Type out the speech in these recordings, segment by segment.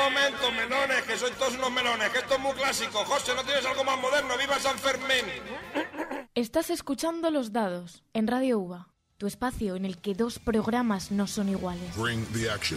momento, melones, que sois todos unos melones, que esto es muy clásico. José, ¿no tienes algo más moderno? ¡Viva San Fermín! Estás escuchando Los Dados, en Radio UVA, tu espacio en el que dos programas no son iguales. Bring the action.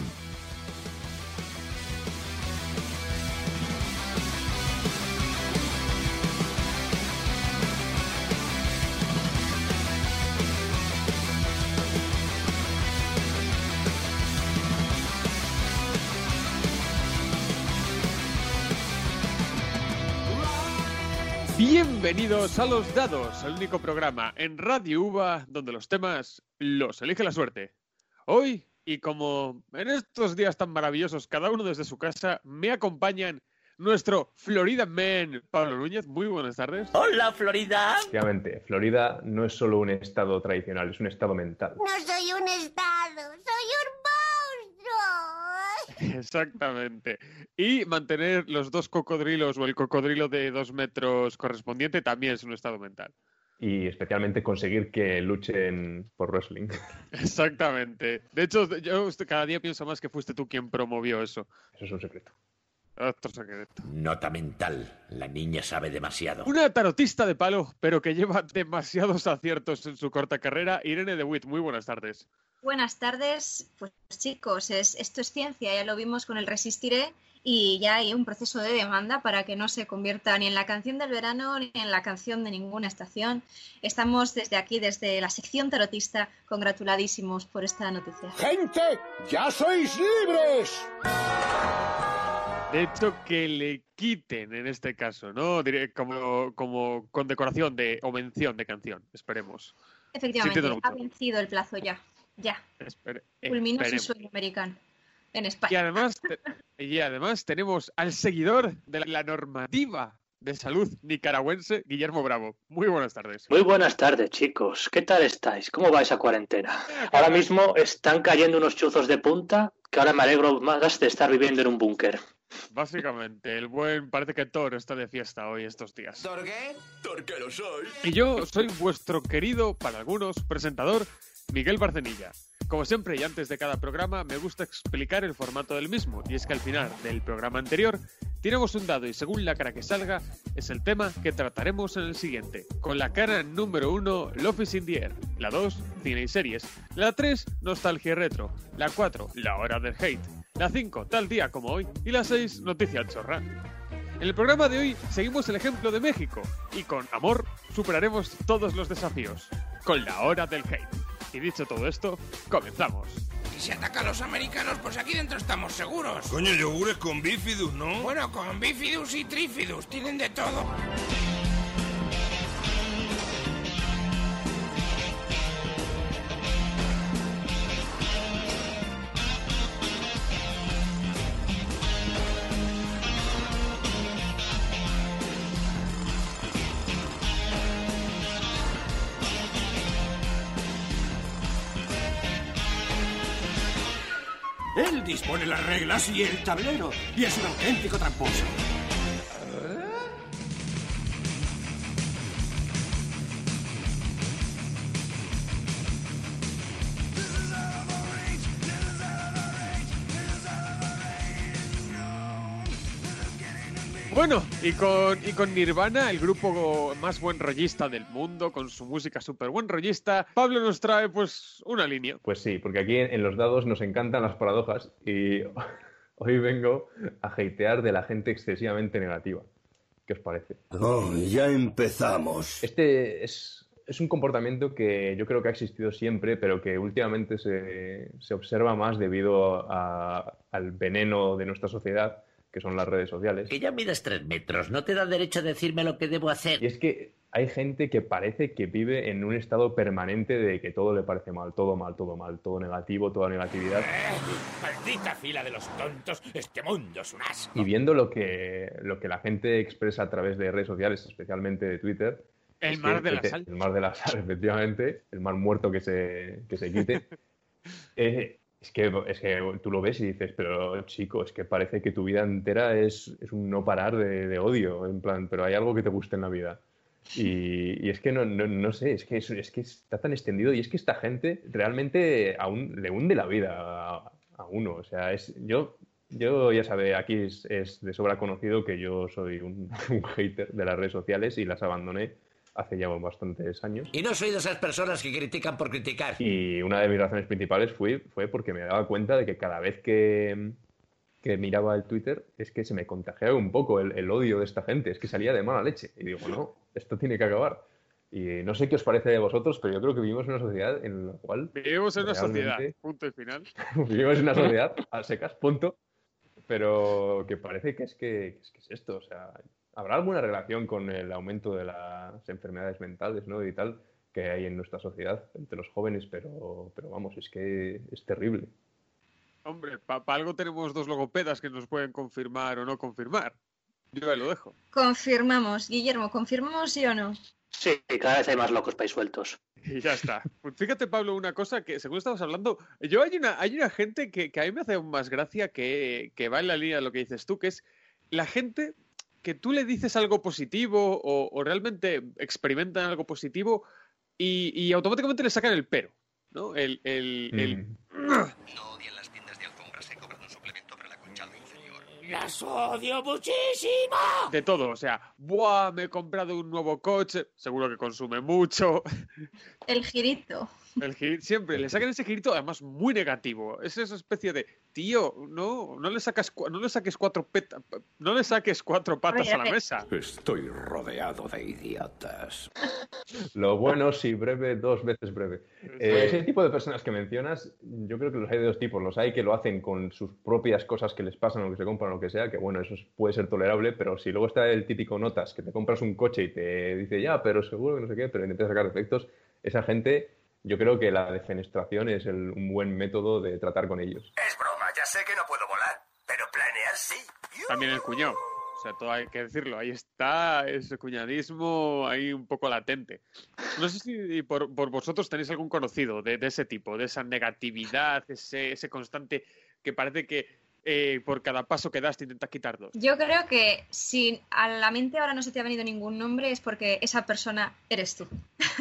Bienvenidos a Los Dados, el único programa en Radio UVA donde los temas los elige la suerte. Hoy, y como en estos días tan maravillosos, cada uno desde su casa, me acompañan nuestro Florida Man, Pablo Núñez. Muy buenas tardes. Hola, Florida. Efectivamente, Florida no es solo un estado tradicional, es un estado mental. No soy un estado, soy un monstruo. Exactamente. Y mantener los dos cocodrilos o el cocodrilo de 2 metros correspondiente también es un estado mental. Y especialmente conseguir que luchen por wrestling. Exactamente. De hecho, yo cada día pienso más que fuiste tú quien promovió eso. Eso es un secreto. Otro secreto. Nota mental. La niña sabe demasiado. Una tarotista de palo, pero que lleva demasiados aciertos en su corta carrera. Irene de Witt, muy buenas tardes. Buenas tardes. Pues chicos, esto es ciencia. Ya lo vimos con el Resistiré y ya hay un proceso de demanda para que no se convierta ni en la canción del verano ni en la canción de ninguna estación. Estamos desde aquí, desde la sección tarotista, congratuladísimos por esta noticia. ¡Gente! ¡Ya sois libres! De hecho, que le quiten en este caso, ¿no? Como condecoración o mención de canción, esperemos. Efectivamente, ha vencido el plazo ya. Culminó su sueño americano en España. Y además tenemos al seguidor de la normativa de salud nicaragüense, Guillermo Bravo. Muy buenas tardes. Muy buenas tardes, chicos. ¿Qué tal estáis? ¿Cómo va esa cuarentena? Ahora mismo están cayendo unos chuzos de punta que ahora me alegro más de estar viviendo en un búnker. Básicamente, parece que Thor está de fiesta hoy estos días. ¿Thor qué? ¿Por qué lo soy? Y yo soy vuestro querido, para algunos, presentador, Miguel Barcenilla. Como siempre y antes de cada programa, me gusta explicar el formato del mismo, y es que al final del programa anterior tiramos un dado y según la cara que salga, es el tema que trataremos en el siguiente. Con la cara número 1, Love is in the Air. La 2, cine y series. La 3, nostalgia y retro. La 4, la hora del hate. La 5, tal día como hoy. Y la 6, noticia chorra. En el programa de hoy seguimos el ejemplo de México y con amor superaremos todos los desafíos. Con la hora del hate. Y dicho todo esto, comenzamos. Y si ataca a los americanos, pues aquí dentro estamos seguros. Coño, yogures con bifidus, ¿no? Bueno, con bifidus y trífidus, tienen de todo. Él dispone las reglas y el tablero, y es un auténtico tramposo. Bueno, y con Nirvana, el grupo más buen rollista del mundo, con su música súper buen rollista, Pablo nos trae pues una línea. Pues sí, porque aquí en Los Dados nos encantan las paradojas y hoy vengo a hatear de la gente excesivamente negativa. ¿Qué os parece? Oh, ya empezamos. Este es un comportamiento que yo creo que ha existido siempre, pero que últimamente se observa más debido al veneno de nuestra sociedad, que son las redes sociales. Que ya mides 3 metros, no te da derecho a decirme lo que debo hacer. Y es que hay gente que parece que vive en un estado permanente de que todo le parece mal, todo negativo, toda negatividad. Maldita fila de los tontos, este mundo es un asco. Y viendo lo que la gente expresa a través de redes sociales, especialmente de Twitter... El mar de la sal. El mar de la sal, efectivamente. El mar muerto que se quite. Es que tú lo ves y dices, pero chico, es que parece que tu vida entera es un no parar de odio, en plan, pero hay algo que te guste en la vida. Y es que no sé, es que está tan extendido y es que esta gente realmente aún le hunde la vida a uno. O sea, yo Yo ya sabe, aquí es de sobra conocido que yo soy un hater de las redes sociales y las abandoné hace ya bastantes años. Y no soy de esas personas que critican por criticar. Y una de mis razones principales fue porque me daba cuenta de que cada vez que miraba el Twitter es que se me contagiaba un poco el odio de esta gente, es que salía de mala leche. Y digo, no, esto tiene que acabar. Y no sé qué os parece de vosotros, pero yo creo que vivimos en una sociedad en la cual... Vivimos en una sociedad, punto y final. Vivimos en una sociedad, a secas, punto. Pero que parece que es esto, o sea... ¿Habrá alguna relación con el aumento de las enfermedades mentales, ¿no? Y tal, que hay en nuestra sociedad, entre los jóvenes, pero vamos, es que es terrible. Hombre, para algo tenemos 2 logopedas que nos pueden confirmar o no confirmar. Yo ahí lo dejo. Confirmamos. Guillermo, ¿confirmamos sí o no? Sí, cada vez hay más locos para sueltos. Y ya está. Pues fíjate, Pablo, una cosa que según estabas hablando, yo hay una gente que a mí me hace aún más gracia que va en la línea de lo que dices tú, que es la gente que tú le dices algo positivo o realmente experimentan algo positivo y automáticamente le sacan el pero, ¿no? No odian las tiendas de alfombras que cobran un suplemento para el acolchado inferior. ¡Las odio muchísimo! De todo, o sea, ¡buah! Me he comprado un nuevo coche, seguro que consume mucho. El girito. Siempre le sacan ese girito, además muy negativo. Es esa especie de, tío, no le saques 4 patas a la mesa. Estoy rodeado de idiotas. Lo bueno, sí, breve, 2 veces breve. Ese tipo de personas que mencionas, yo creo que los hay de 2 tipos. Los hay que lo hacen con sus propias cosas que les pasan o que se compran o lo que sea, que bueno, eso puede ser tolerable, pero si luego está el típico notas, que te compras un coche y te dice, ya, pero seguro que no sé qué, pero intentas sacar defectos, esa gente... Yo creo que la defenestración es un buen método de tratar con ellos. Es broma, ya sé que no puedo volar, pero planear sí. También el cuñado. O sea, todo hay que decirlo. Ahí está ese cuñadismo ahí un poco latente. No sé si por vosotros tenéis algún conocido de ese tipo, de esa negatividad, ese constante que parece que por cada paso que das te intentas quitar 2. Yo creo que si a la mente ahora no se te ha venido ningún nombre es porque esa persona eres tú.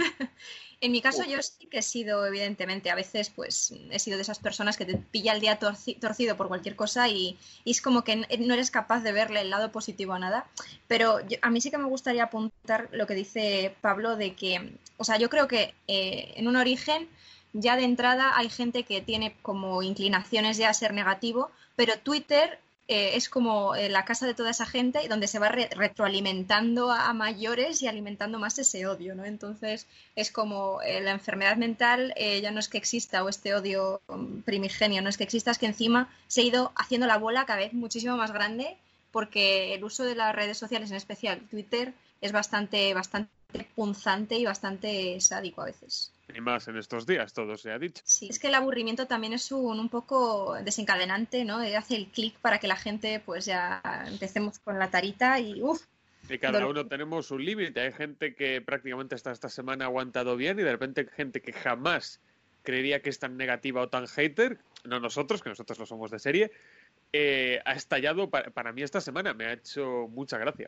En mi caso yo sí que he sido, evidentemente, a veces pues he sido de esas personas que te pilla el día torcido por cualquier cosa y es como que no eres capaz de verle el lado positivo a nada. Pero a mí sí que me gustaría apuntar lo que dice Pablo de que, o sea, yo creo que en un origen ya de entrada hay gente que tiene como inclinaciones ya a ser negativo, pero Twitter... es como la casa de toda esa gente y donde se va retroalimentando a mayores y alimentando más ese odio, ¿no? Entonces es como la enfermedad mental ya no es que exista o este odio primigenio no es que exista, es que encima se ha ido haciendo la bola cada vez muchísimo más grande porque el uso de las redes sociales, en especial Twitter, es bastante punzante y bastante sádico a veces. Y más en estos días, todo se ha dicho. Sí, es que el aburrimiento también es un poco desencadenante, ¿no? Hace el clic para que la gente, pues ya empecemos con la tarita y ¡uff! Y cada uno tenemos un límite. Hay gente que prácticamente hasta esta semana ha aguantado bien y de repente hay gente que jamás creería que es tan negativa o tan hater, no nosotros, que nosotros no somos de serie, ha estallado para mí esta semana. Me ha hecho mucha gracia.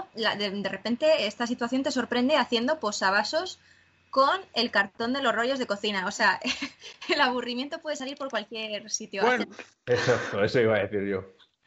De repente esta situación te sorprende haciendo posavasos con el cartón de los rollos de cocina. O sea, el aburrimiento puede salir por cualquier sitio. Bueno, eso iba a decir yo.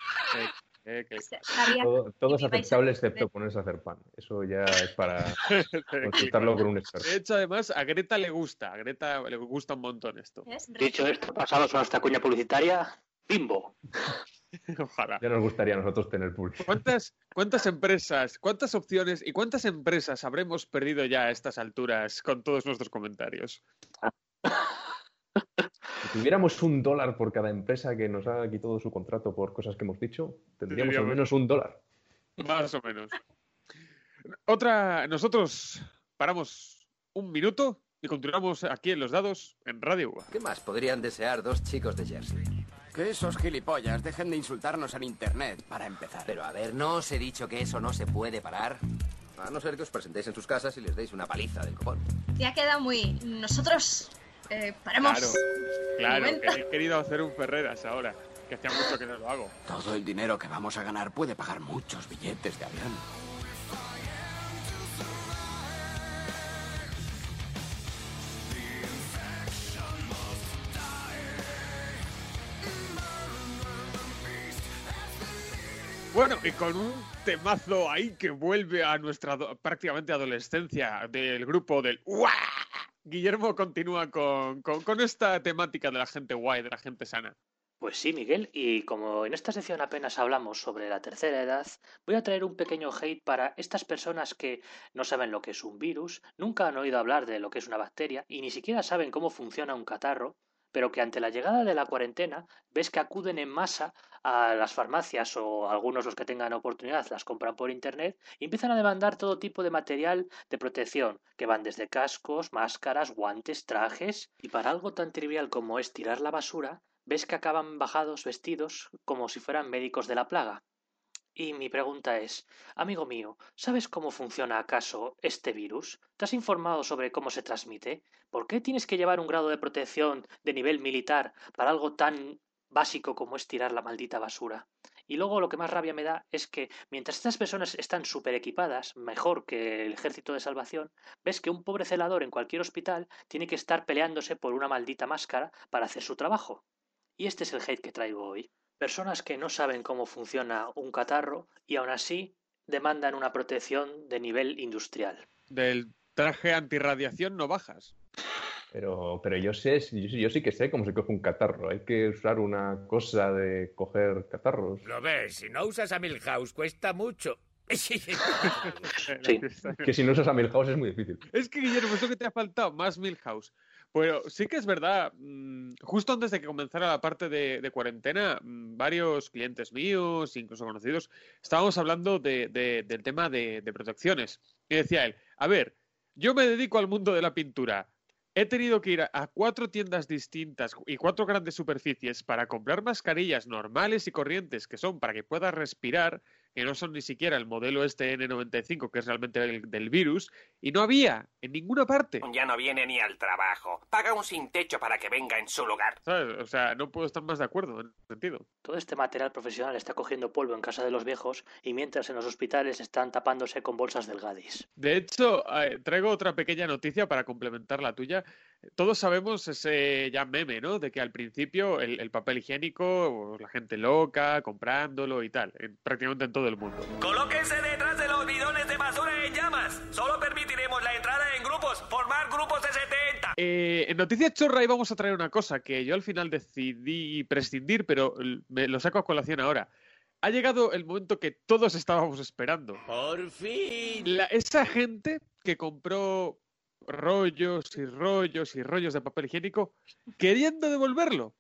Todo es aceptable excepto ponerse a hacer pan. Eso ya es para consultarlo con un experto. De hecho, además, a Greta le gusta. A Greta le gusta un montón esto. Dicho esto, pasados a nuestra cuña publicitaria, Bimbo. Ojalá. Ya nos gustaría a nosotros tener público. ¿Cuántas empresas, cuántas opciones y cuántas empresas habremos perdido ya a estas alturas con todos nuestros comentarios? Si tuviéramos $1 por cada empresa que nos ha quitado su contrato por cosas que hemos dicho, tendríamos al menos $1. Más o menos. Nosotros paramos un minuto y continuamos aquí en Los Dados en Radio UVA. ¿Qué más podrían desear 2 chicos de Jersey? Que esos gilipollas dejen de insultarnos en internet, para empezar. Pero a ver, ¿no os he dicho que eso no se puede parar? A no ser que os presentéis en sus casas y les deis una paliza del copón. Te ha quedado muy... Nosotros paramos. Claro, he querido hacer un Ferreras ahora, que hacía mucho que no lo hago. Todo el dinero que vamos a ganar puede pagar muchos billetes de avión. Bueno, y con un temazo ahí que vuelve a nuestra prácticamente adolescencia del grupo del ¡Uah! Guillermo continúa con esta temática de la gente guay, de la gente sana. Pues sí, Miguel, y como en esta sección apenas hablamos sobre la tercera edad, voy a traer un pequeño hate para estas personas que no saben lo que es un virus, nunca han oído hablar de lo que es una bacteria y ni siquiera saben cómo funciona un catarro, pero que ante la llegada de la cuarentena ves que acuden en masa a las farmacias o algunos los que tengan oportunidad las compran por internet y empiezan a demandar todo tipo de material de protección, que van desde cascos, máscaras, guantes, trajes, y para algo tan trivial como es tirar la basura, ves que acaban bajados vestidos como si fueran médicos de la plaga. Y mi pregunta es, amigo mío, ¿sabes cómo funciona acaso este virus? ¿Te has informado sobre cómo se transmite? ¿Por qué tienes que llevar un grado de protección de nivel militar para algo tan básico como es tirar la maldita basura? Y luego lo que más rabia me da es que mientras estas personas están súper equipadas, mejor que el ejército de salvación, ves que un pobre celador en cualquier hospital tiene que estar peleándose por una maldita máscara para hacer su trabajo. Y este es el hate que traigo hoy. Personas que no saben cómo funciona un catarro y aún así demandan una protección de nivel industrial. Del traje antirradiación no bajas. Pero yo sí que sé cómo se coge un catarro. Hay que usar una cosa de coger catarros. Lo ves, si no usas a Milhouse cuesta mucho. Sí. Que si no usas a Milhouse es muy difícil. Es que, Guillermo, es lo que te ha faltado, más Milhouse. Pero sí que es verdad, justo antes de que comenzara la parte de cuarentena, varios clientes míos, incluso conocidos, estábamos hablando del tema de protecciones. Y decía él, a ver, yo me dedico al mundo de la pintura. He tenido que ir a 4 tiendas distintas y 4 grandes superficies para comprar mascarillas normales y corrientes que son para que puedas respirar, que no son ni siquiera el modelo este N95, que es realmente el del virus, y no había en ninguna parte. Ya no viene ni al trabajo. Paga un sin techo para que venga en su lugar. ¿Sabes? O sea, no puedo estar más de acuerdo en ese sentido. Todo este material profesional está cogiendo polvo en casa de los viejos y mientras en los hospitales están tapándose con bolsas del Gadis. De hecho, traigo otra pequeña noticia para complementar la tuya. Todos sabemos ese ya meme, ¿no? De que al principio el papel higiénico, la gente loca, comprándolo y tal, prácticamente en todo el mundo. Colóquense detrás de los bidones de basura en llamas. Solo permitiremos la entrada en grupos. Formar grupos de 70. En Noticias Chorra íbamos a traer una cosa que yo al final decidí prescindir, pero me lo saco a colación ahora. Ha llegado el momento que todos estábamos esperando. ¡Por fin! Esa gente que compró rollos y rollos y rollos de papel higiénico queriendo devolverlo.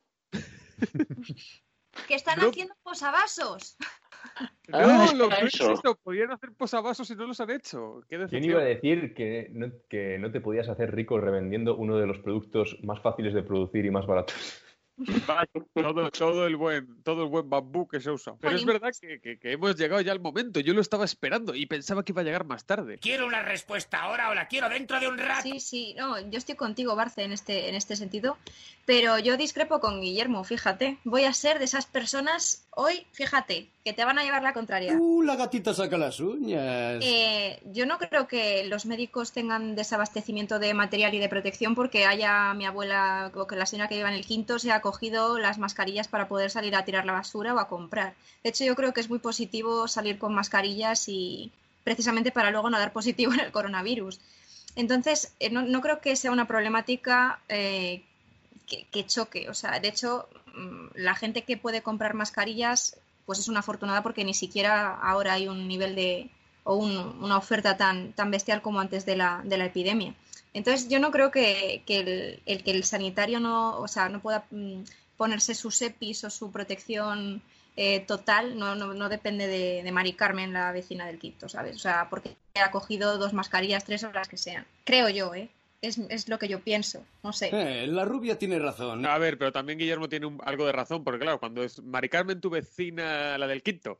Que están haciendo posavasos. No, lo que es esto, podían hacer posavasos y no los han hecho. ¿Quién iba a decir que no te podías hacer rico revendiendo uno de los productos más fáciles de producir y más baratos? Todo el buen bambú que se usa. Pero es verdad que hemos llegado ya al momento. Yo lo estaba esperando y pensaba que iba a llegar más tarde. ¿Quiero una respuesta ahora o la quiero dentro de un rato? Sí, no, yo estoy contigo, Barce, en este sentido. Pero yo discrepo con Guillermo, fíjate. Voy a ser de esas personas hoy, fíjate, que te van a llevar la contraria. La gatita saca las uñas. Yo no creo que los médicos tengan desabastecimiento de material y de protección porque haya mi abuela o que la señora que viva en el quinto se ha cogido las mascarillas para poder salir a tirar la basura o a comprar. De hecho, yo creo que es muy positivo salir con mascarillas y precisamente para luego no dar positivo en el coronavirus. Entonces, no creo que sea una problemática que choque. O sea, de hecho, la gente que puede comprar mascarillas pues es una afortunada porque ni siquiera ahora hay un nivel una oferta tan bestial como antes de la epidemia. Entonces yo no creo que el sanitario no pueda ponerse sus EPIs o su protección total, no depende de Mari Carmen, la vecina del quinto, ¿sabes? O sea, porque ha cogido 2 mascarillas, 3 o las que sean. Creo yo, Es lo que yo pienso, no sé. La rubia tiene razón. A ver, pero también Guillermo tiene algo de razón, porque claro, cuando es Mari Carmen tu vecina, la del quinto,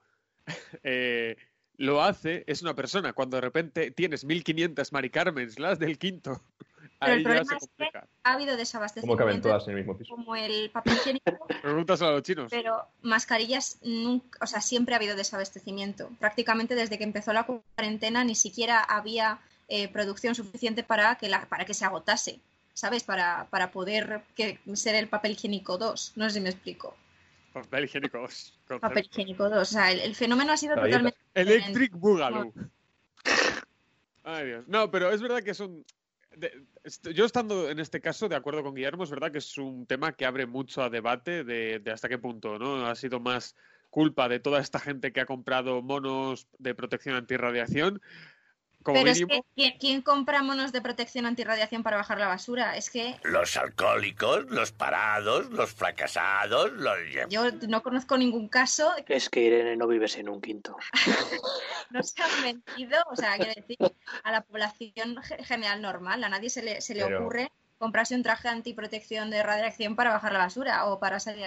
lo hace, es una persona. Cuando de repente tienes 1500 Mari Carmens, las del quinto, pero ahí el problema ya se es que ha habido desabastecimiento. ¿Cómo caben todas en el mismo piso? Como el papel higiénico. Preguntas a los chinos. Pero mascarillas nunca, o sea, siempre ha habido desabastecimiento. Prácticamente desde que empezó la cuarentena ni siquiera había producción suficiente para que se agotase, ¿sabes? Para poder ser el papel higiénico 2. No sé si me explico. Papel higiénico 2. Papel higiénico 2. O sea, el fenómeno ha sido totalmente... Electric Boogaloo. Ay, Dios. No, pero es verdad que son... Yo estando en este caso de acuerdo con Guillermo, es verdad que es un tema que abre mucho a debate de hasta qué punto, ¿no? Ha sido más culpa de toda esta gente que ha comprado monos de protección antirradiación. Como pero mínimo... es que ¿quién compra monos de protección antirradiación para bajar la basura? Es que... Los alcohólicos, los parados, los fracasados, los... Yo no conozco ningún caso... Es que Irene no vives en un quinto. No se han mentido, o sea, quiero decir, a la población general normal, a nadie se le ocurre comprarse un traje antiprotección de radiación para bajar la basura o para salir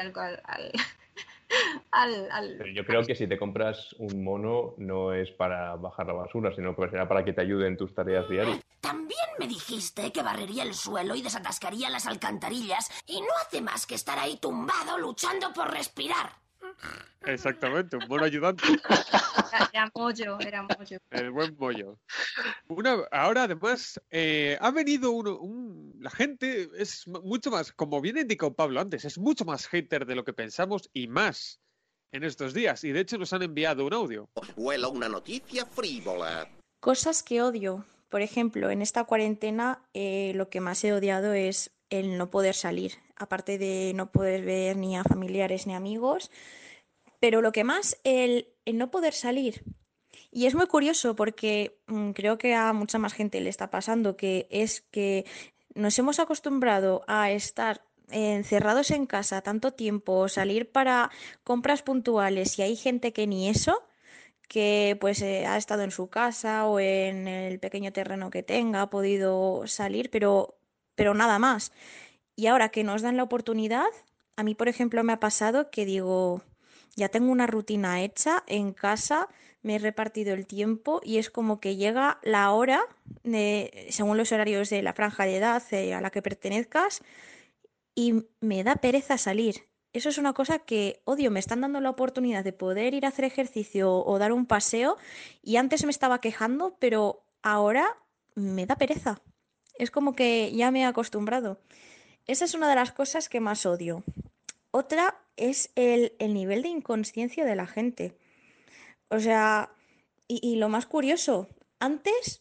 Pero yo creo que si te compras un mono no es para bajar la basura, sino que será para que te ayude en tus tareas diarias. También me dijiste que barrería el suelo y desatascaría las alcantarillas y no hace más que estar ahí tumbado luchando por respirar. Exactamente, un mono ayudante. Era mollo. El buen mollo. Ahora, además, ha venido la gente es mucho más, como bien indicó Pablo antes, es mucho más hater de lo que pensamos y más en estos días. Y de hecho nos han enviado un audio. Os vuela una noticia frívola. Cosas que odio. Por ejemplo, en esta cuarentena lo que más he odiado es el no poder salir. Aparte de no poder ver ni a familiares ni amigos. Pero lo que más, el no poder salir. Y es muy curioso porque creo que a mucha más gente le está pasando, que es que nos hemos acostumbrado a estar encerrados en casa tanto tiempo, salir para compras puntuales, y hay gente que ni eso, que pues ha estado en su casa o en el pequeño terreno que tenga, ha podido salir, pero nada más. Y ahora que nos dan la oportunidad, a mí, por ejemplo, me ha pasado que digo... Ya tengo una rutina hecha en casa, me he repartido el tiempo y es como que llega la hora, según los horarios de la franja de edad a la que pertenezcas, y me da pereza salir. Eso es una cosa que odio. Me están dando la oportunidad de poder ir a hacer ejercicio o dar un paseo y antes me estaba quejando, pero ahora me da pereza. Es como que ya me he acostumbrado. Esa es una de las cosas que más odio. Otra es el nivel de inconsciencia de la gente. O sea, y lo más curioso, antes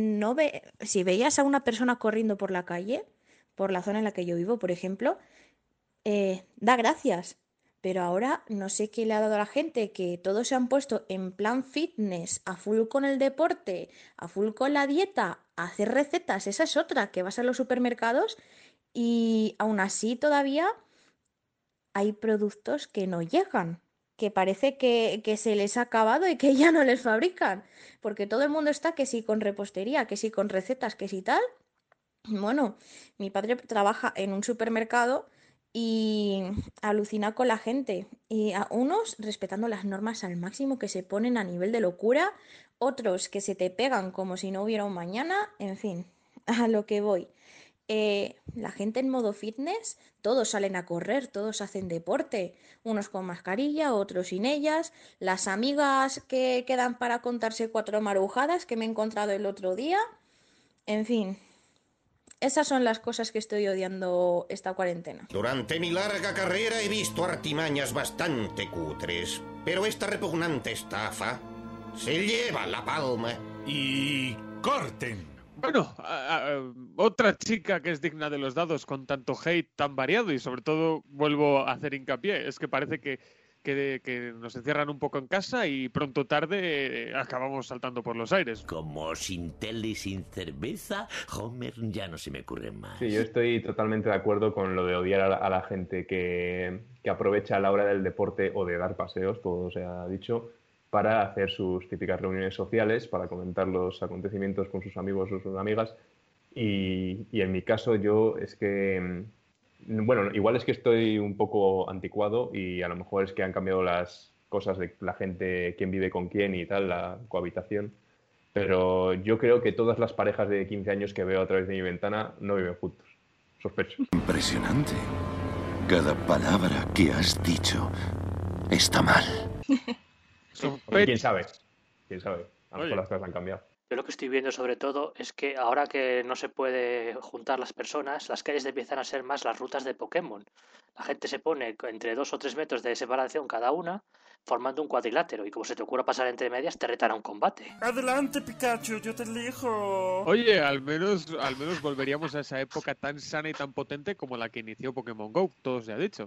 si veías a una persona corriendo por la calle, por la zona en la que yo vivo, por ejemplo, da gracias. Pero ahora no sé qué le ha dado a la gente, que todos se han puesto en plan fitness, a full con el deporte, a full con la dieta, a hacer recetas. Esa es otra, que vas a los supermercados y aún así todavía... hay productos que no llegan, que parece que se les ha acabado y que ya no les fabrican, porque todo el mundo está que sí con repostería, que sí con recetas, que sí tal. Bueno, mi padre trabaja en un supermercado y alucina con la gente, y a unos respetando las normas al máximo, que se ponen a nivel de locura, otros que se te pegan como si no hubiera un mañana, en fin, a lo que voy. La gente en modo fitness, todos salen a correr, todos hacen deporte, unos con mascarilla, otros sin ellas, las amigas que quedan para contarse 4 marujadas que me he encontrado el otro día, en fin, esas son las cosas que estoy odiando esta cuarentena. Durante mi larga carrera he visto artimañas bastante cutres, pero esta repugnante estafa se lleva la palma. Y corten. Bueno, otra chica que es digna de los dados con tanto hate tan variado, y sobre todo vuelvo a hacer hincapié, es que parece que nos encierran un poco en casa y pronto o tarde acabamos saltando por los aires. Como sin tele y sin cerveza, Homer, ya no se me ocurre más. Sí, yo estoy totalmente de acuerdo con lo de odiar a la gente que aprovecha la hora del deporte o de dar paseos, todo se ha dicho, para hacer sus típicas reuniones sociales, para comentar los acontecimientos con sus amigos o sus amigas. Y en mi caso yo es que, bueno, igual es que estoy un poco anticuado y a lo mejor es que han cambiado las cosas de la gente, quién vive con quién y tal, la cohabitación. Pero yo creo que todas las parejas de 15 años que veo a través de mi ventana no viven juntos. Sospecho. Impresionante. Cada palabra que has dicho está mal. ¿Quién sabe? ¿Quién sabe? A lo mejor las cosas han cambiado. Yo lo que estoy viendo sobre todo es que ahora que no se puede juntar las personas, las calles empiezan a ser más las rutas de Pokémon. La gente se pone entre 2 o 3 metros de separación cada una, formando un cuadrilátero, y como se te ocurra pasar entre medias, te retan a un combate. Adelante, Pikachu, yo te elijo. Oye, al menos volveríamos a esa época tan sana y tan potente como la que inició Pokémon GO, todo se ha dicho.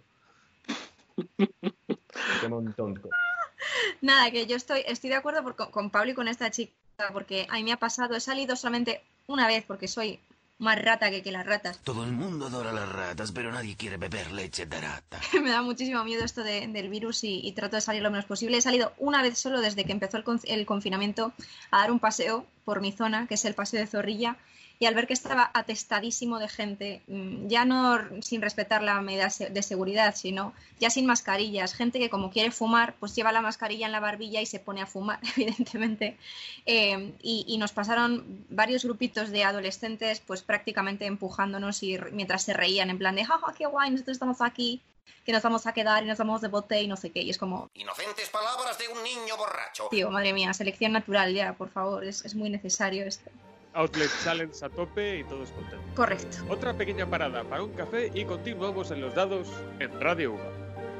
Pokémon tonto. Nada, que yo estoy de acuerdo con Pablo y con esta chica, porque a mí me ha pasado, he salido solamente una vez porque soy más rata que las ratas. Todo el mundo adora las ratas, pero nadie quiere beber leche de rata. Me da muchísimo miedo esto del virus y trato de salir lo menos posible. He salido una vez solo desde que empezó el confinamiento a dar un paseo por mi zona, que es el Paseo de Zorrilla, y al ver que estaba atestadísimo de gente, ya no sin respetar la medida de seguridad, sino ya sin mascarillas, gente que como quiere fumar, pues lleva la mascarilla en la barbilla y se pone a fumar, evidentemente, y nos pasaron varios grupitos de adolescentes pues prácticamente empujándonos y mientras se reían en plan de jaja, qué guay, nosotros estamos aquí, que nos vamos a quedar y nos vamos de bote y no sé qué, y es como... Inocentes palabras de un niño borracho. Tío, madre mía, selección natural ya, por favor, es muy necesario esto. Outlet Challenge a tope y todos contentos. Correcto. Otra pequeña parada para un café y continuamos en Los Dados en Radio UVA.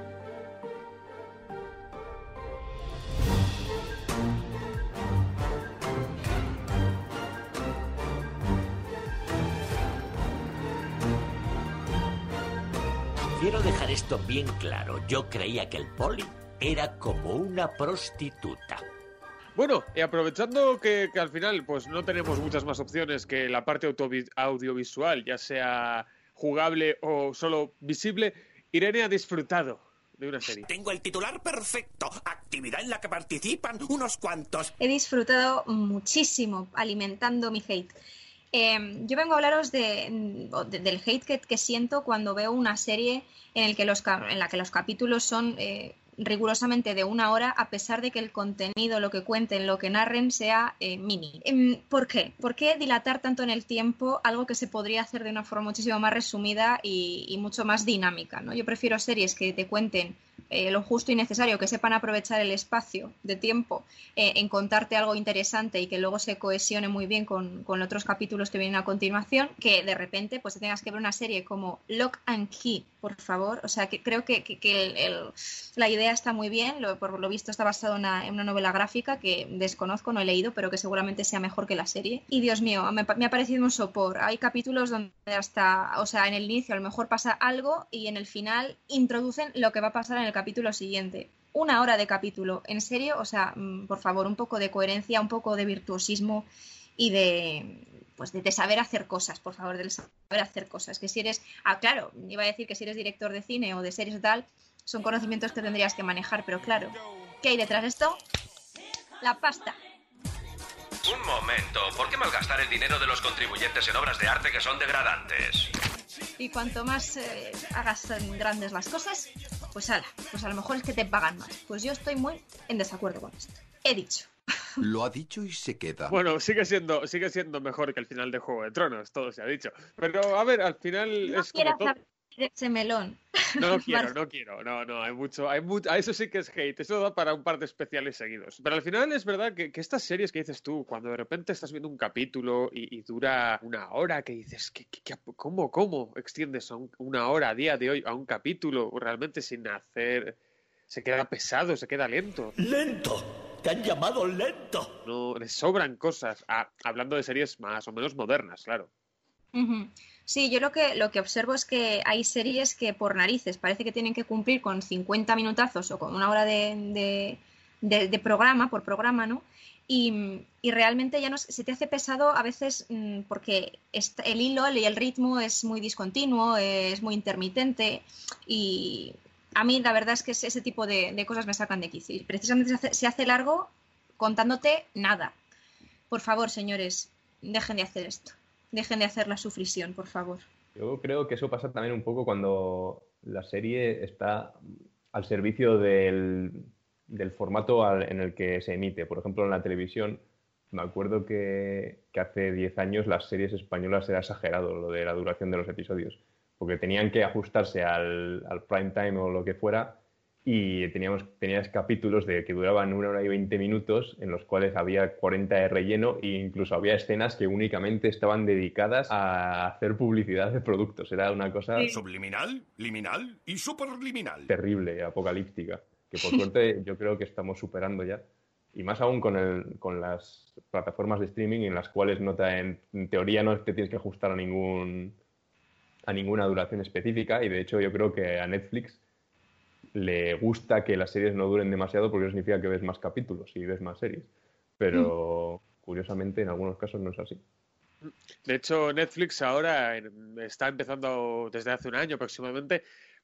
Quiero dejar esto bien claro. Yo creía que el poli era como una prostituta. Bueno, y aprovechando que al final pues no tenemos muchas más opciones que la parte audiovisual, ya sea jugable o solo visible, Irene ha disfrutado de una serie. Tengo el titular perfecto. Actividad en la que participan unos cuantos. He disfrutado muchísimo alimentando mi hate. Yo vengo a hablaros del hate que siento cuando veo una serie en la que los capítulos son... rigurosamente de 1 hora, a pesar de que el contenido, lo que cuenten, lo que narren sea mini. ¿Por qué? ¿Por qué dilatar tanto en el tiempo algo que se podría hacer de una forma muchísimo más resumida y mucho más dinámica, ¿no? Yo prefiero series que te cuenten lo justo y necesario, que sepan aprovechar el espacio de tiempo en contarte algo interesante y que luego se cohesione muy bien con otros capítulos que vienen a continuación, que de repente pues tengas que ver una serie como Lock and Key, por favor. O sea, que creo que la idea está muy bien, por lo visto está basado en una novela gráfica que desconozco, no he leído, pero que seguramente sea mejor que la serie. Y Dios mío, me ha parecido un sopor. Hay capítulos donde hasta, o sea, en el inicio a lo mejor pasa algo y en el final introducen lo que va a pasar en el capítulo siguiente. 1 hora de capítulo, en serio, o sea, por favor, un poco de coherencia, un poco de virtuosismo y de saber hacer cosas, por favor, de saber hacer cosas. Que si eres, claro, iba a decir que si eres director de cine o de series tal, son conocimientos que tendrías que manejar, pero claro, ¿qué hay detrás de esto? La pasta. Un momento, ¿por qué malgastar el dinero de los contribuyentes en obras de arte que son degradantes? Y cuanto más hagas grandes las cosas, pues a lo mejor es que te pagan más. Pues yo estoy muy en desacuerdo con esto. He dicho. Lo ha dicho y se queda. Bueno, sigue siendo mejor que el final de Juego de Tronos, todo se ha dicho. Pero, a ver, al final no es como todo... ese melón. No quiero. No, hay mucho, eso sí que es hate, eso da para un par de especiales seguidos. Pero al final es verdad que estas series que dices tú, cuando de repente estás viendo un capítulo y dura 1 hora, que dices, ¿cómo extiendes 1 hora a día de hoy a un capítulo realmente sin hacer... Se queda pesado, se queda lento. ¡Lento! ¡Te han llamado lento! No, le sobran cosas, hablando de series más o menos modernas, claro. Uh-huh. Sí, yo lo que observo es que hay series que por narices parece que tienen que cumplir con 50 minutazos o con 1 hora de programa, por programa, ¿no? Y realmente ya se te hace pesado a veces porque el hilo y el ritmo es muy discontinuo, es muy intermitente y a mí la verdad es que ese tipo de cosas me sacan de quicio. Y precisamente se hace largo contándote nada. Por favor, señores, dejen de hacer esto. Dejen de hacer la sufrición, por favor. Yo creo que eso pasa también un poco cuando la serie está al servicio del formato en el que se emite. Por ejemplo, en la televisión, me acuerdo que hace 10 años las series españolas era exagerado lo de la duración de los episodios, porque tenían que ajustarse al prime time o lo que fuera, y tenías capítulos que duraban 1 hora y 20 minutos en los cuales había 40 de relleno e incluso había escenas que únicamente estaban dedicadas a hacer publicidad de productos. Era una cosa... Subliminal, liminal y superliminal. Terrible, apocalíptica, que por suerte yo creo que estamos superando ya. Y más aún con las plataformas de streaming en las cuales en teoría no te tienes que ajustar a ninguna duración específica, y de hecho yo creo que a Netflix le gusta que las series no duren demasiado porque eso significa que ves más capítulos y ves más series. Pero curiosamente en algunos casos no es así. De hecho, Netflix ahora está empezando desde hace un año aproximadamente.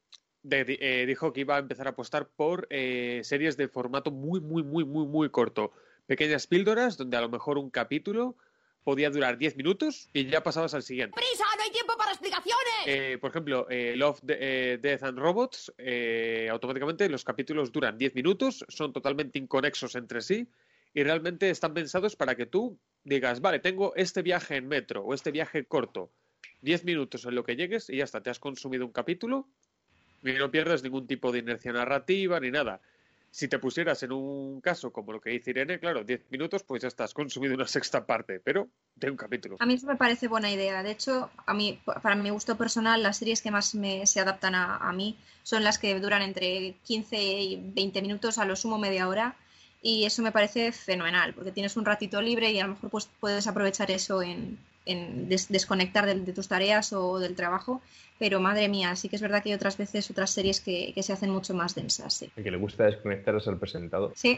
Dijo que iba a empezar a apostar por series de formato muy corto. Pequeñas píldoras donde a lo mejor un capítulo podía durar 10 minutos y ya pasabas al siguiente. ¡Prisa! ¡No hay tiempo para explicaciones! Por ejemplo, Love, Death and Robots, automáticamente los capítulos duran 10 minutos, son totalmente inconexos entre sí y realmente están pensados para que tú digas, vale, tengo este viaje en metro o este viaje corto, 10 minutos en lo que llegues y ya está, te has consumido un capítulo y no pierdes ningún tipo de inercia narrativa ni nada. Si te pusieras en un caso como lo que dice Irene, claro, 10 minutos, pues ya estás consumido una sexta parte, pero de un capítulo. A mí eso me parece buena idea. De hecho, para mi gusto personal, las series que más se adaptan a mí son las que duran entre 15 y 20 minutos, a lo sumo media hora, y eso me parece fenomenal, porque tienes un ratito libre y a lo mejor pues, puedes aprovechar eso en desconectar de tus tareas o del trabajo. Pero madre mía, sí que es verdad que hay otras series que se hacen mucho más densas. Sí. El que le gusta desconectarse al presentador. Sí.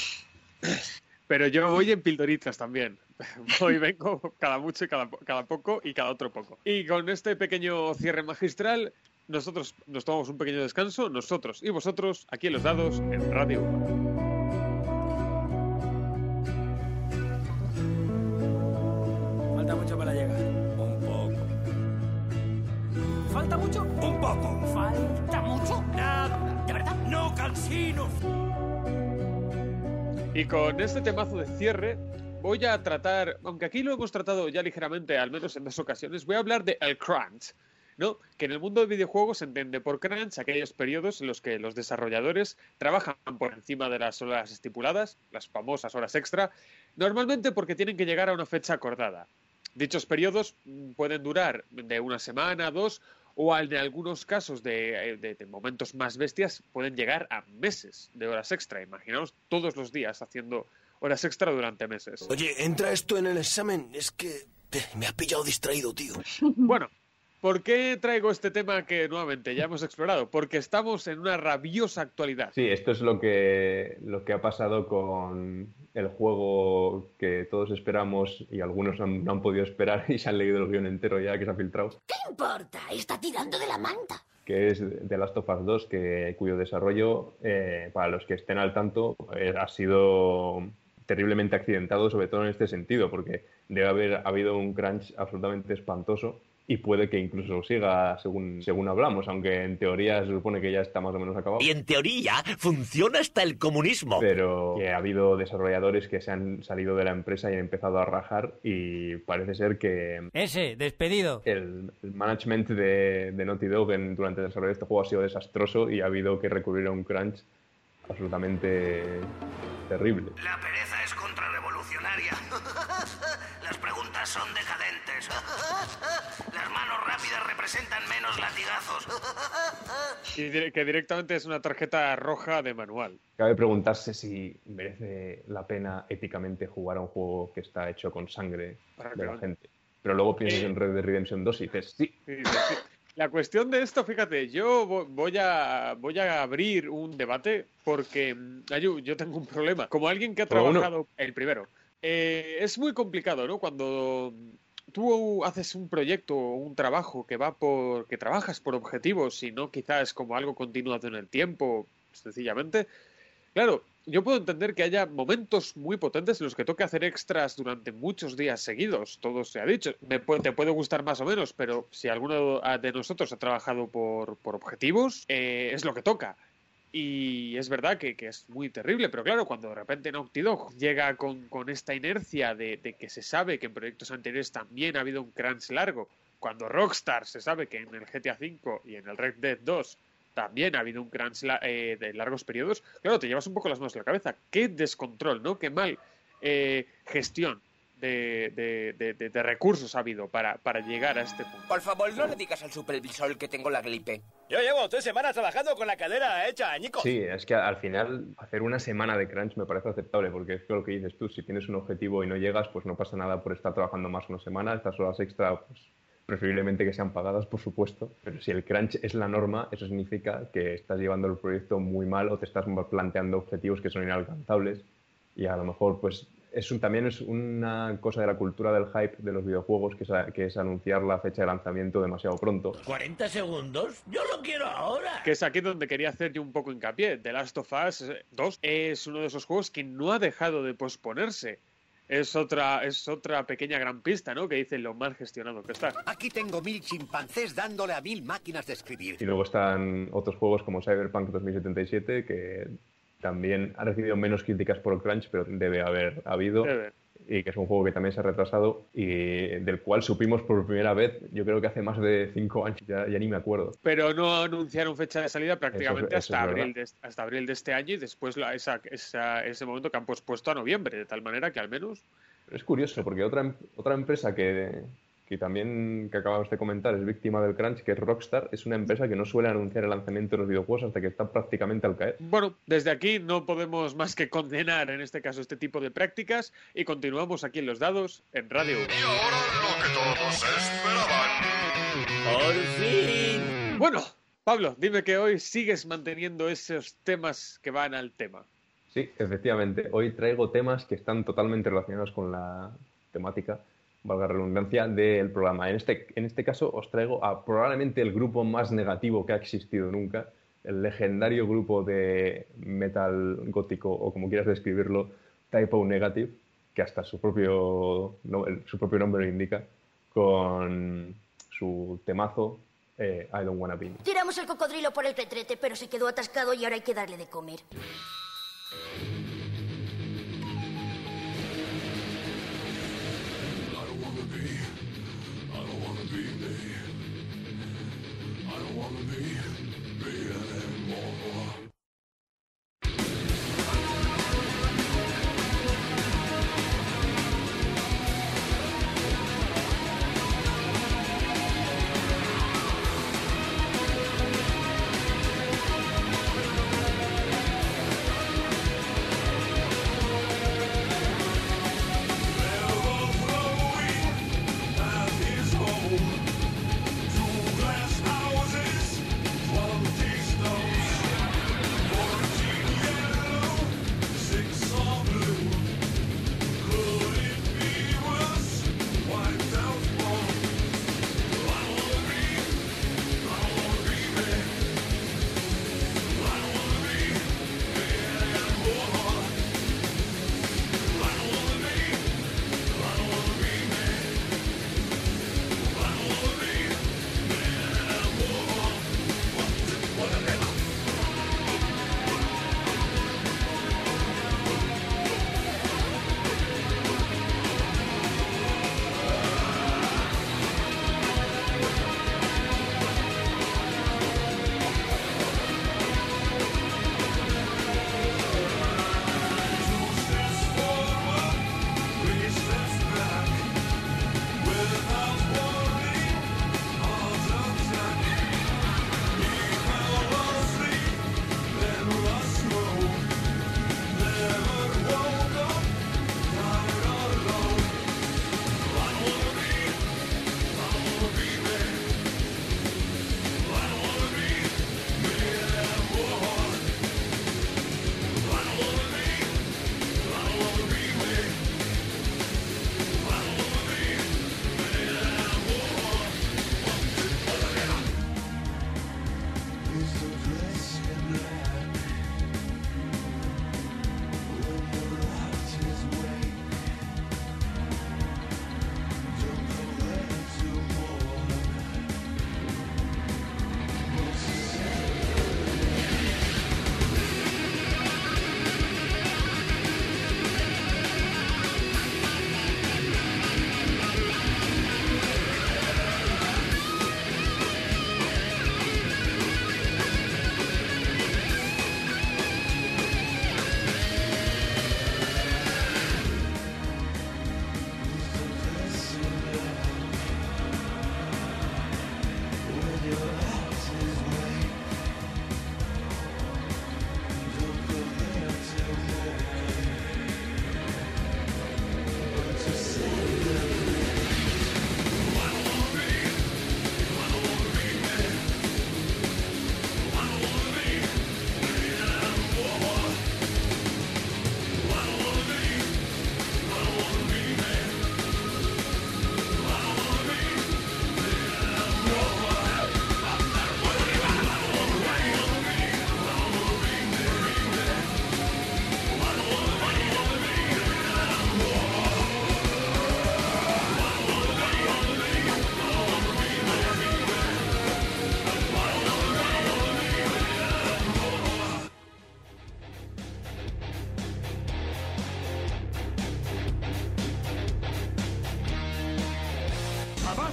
Pero yo voy en pildoritas también. Vengo cada mucho y cada poco y cada otro poco. Y con este pequeño cierre magistral, nosotros nos tomamos un pequeño descanso, nosotros y vosotros, aquí en Los Dados, en Radio UVA. Falta mucho para llegar. Un poco. ¿Falta mucho? Un poco. ¿Falta mucho? Nada. ¿De verdad? No, Cansino. Y con este temazo de cierre voy a tratar, aunque aquí lo hemos tratado ya ligeramente, al menos en 2 ocasiones, voy a hablar de el crunch, ¿no? Que en el mundo de videojuegos se entiende por crunch aquellos periodos en los que los desarrolladores trabajan por encima de las horas estipuladas, las famosas horas extra, normalmente porque tienen que llegar a una fecha acordada. Dichos periodos pueden durar de una semana, 2, o en algunos casos de momentos más bestias pueden llegar a meses de horas extra. Imaginaos todos los días haciendo horas extra durante meses. Oye, ¿entra esto en el examen? Es que me has pillado distraído, tío. Bueno, ¿por qué traigo este tema que nuevamente ya hemos explorado? Porque estamos en una rabiosa actualidad. Sí, esto es lo que ha pasado con el juego que todos esperamos y algunos no han podido esperar y se han leído el guión entero ya que se ha filtrado. ¿Qué importa? Está tirando de la manta. Que es The Last of Us 2, cuyo desarrollo, para los que estén al tanto, ha sido terriblemente accidentado, sobre todo en este sentido, porque debe haber habido un crunch absolutamente espantoso y puede que incluso siga según hablamos, aunque en teoría se supone que ya está más o menos acabado. Y en teoría funciona hasta el comunismo. Pero que ha habido desarrolladores que se han salido de la empresa y han empezado a rajar y parece ser que... despedido. El management de Naughty Dog durante el desarrollo de este juego ha sido desastroso y ha habido que recurrir a un crunch absolutamente terrible. La pereza es contrarrevolucionaria. Las preguntas son decadentes. Las manos rápidas representan menos latigazos. Y que directamente es una tarjeta roja de manual. Cabe preguntarse si merece la pena éticamente jugar a un juego que está hecho con sangre de la gente. Pero luego piensas en Red Dead Redemption 2 y dices, sí. La cuestión de esto, fíjate, yo voy a abrir un debate porque yo tengo un problema. Como alguien que ha trabajado... El primero. Es muy complicado, ¿no? Cuando tú haces un proyecto o un trabajo que trabajas por objetivos y no quizás como algo continuado en el tiempo, sencillamente. Claro, yo puedo entender que haya momentos muy potentes en los que toque hacer extras durante muchos días seguidos, todo se ha dicho. Te puede gustar más o menos, pero si alguno de nosotros ha trabajado por objetivos, es lo que toca. Y es verdad que es muy terrible, pero claro, cuando de repente Naughty Dog llega con esta inercia de que se sabe que en proyectos anteriores también ha habido un crunch largo, cuando Rockstar se sabe que en el GTA V y en el Red Dead 2 también ha habido un crunch de largos periodos. Claro, te llevas un poco las manos a la cabeza. Qué descontrol, ¿no? Qué mal gestión de recursos ha habido para llegar a este punto. Por favor, no le digas al supervisor que tengo la gripe. Yo llevo 3 semanas trabajando con la cadera hecha, añicos. Sí, es que al final hacer una semana de crunch me parece aceptable, porque es lo que dices tú, si tienes un objetivo y no llegas, pues no pasa nada por estar trabajando más una semana. Estas horas extra, pues preferiblemente que sean pagadas, por supuesto, pero si el crunch es la norma, eso significa que estás llevando el proyecto muy mal o te estás planteando objetivos que son inalcanzables, y a lo mejor pues también es una cosa de la cultura del hype de los videojuegos, que es anunciar la fecha de lanzamiento demasiado pronto. ¿40 segundos? ¡Yo lo quiero ahora! Que es aquí donde quería hacer yo un poco hincapié. The Last of Us 2 es uno de esos juegos que no ha dejado de posponerse. Es otra pequeña gran pista, ¿no? Que dice lo mal gestionado que está. Aquí tengo 1000 chimpancés dándole a 1000 máquinas de escribir. Y luego están otros juegos como Cyberpunk 2077, que también ha recibido menos críticas por el crunch, pero debe haber habido. Y que es un juego que también se ha retrasado y del cual supimos por primera vez, yo creo que hace más de 5 años, ya ni me acuerdo. Pero no anunciaron fecha de salida prácticamente eso hasta abril de este año, y después ese momento que han pospuesto a noviembre, de tal manera que al menos... Es curioso, porque otra empresa que también que acabamos de comentar es víctima del crunch, que es Rockstar, es una empresa que no suele anunciar el lanzamiento de los videojuegos hasta que está prácticamente al caer. Bueno, desde aquí no podemos más que condenar en este caso este tipo de prácticas, y continuamos aquí en Los Dados en Radio Uva. Y ahora lo que todos esperaban. ¡Por fin! Bueno, Pablo, dime que hoy sigues manteniendo esos temas que van al tema. Sí, efectivamente. Hoy traigo temas que están totalmente relacionados con la temática, valga la redundancia, del programa. En este caso os traigo a probablemente el grupo más negativo que ha existido nunca, el legendario grupo de metal gótico, o como quieras describirlo, Type O Negative, que hasta su propio nombre lo indica, con su temazo I Don't Wanna Be. Tiramos el cocodrilo por el retrete, pero se quedó atascado y ahora hay que darle de comer.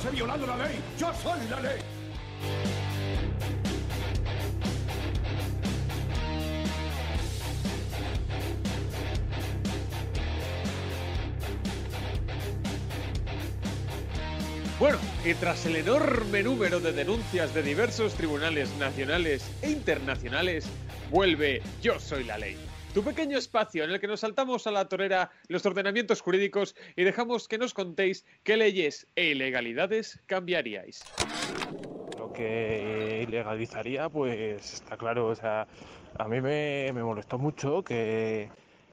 he violado la ley. Yo soy la ley. Bueno, y tras el enorme número de denuncias de diversos tribunales nacionales e internacionales, vuelve Yo Soy la Ley. Tu pequeño espacio en el que nos saltamos a la torera los ordenamientos jurídicos y dejamos que nos contéis qué leyes e ilegalidades cambiaríais. Lo que ilegalizaría, pues está claro, o sea, a mí me molestó mucho que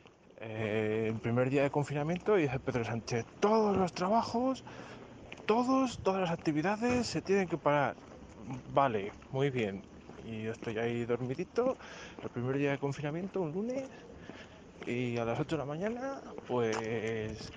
el primer día de confinamiento dice Pedro Sánchez, todos los trabajos, todas las actividades se tienen que parar. Vale, muy bien. Y yo estoy ahí dormidito, el primer día de confinamiento, un lunes, y a las 8 de la mañana, pues...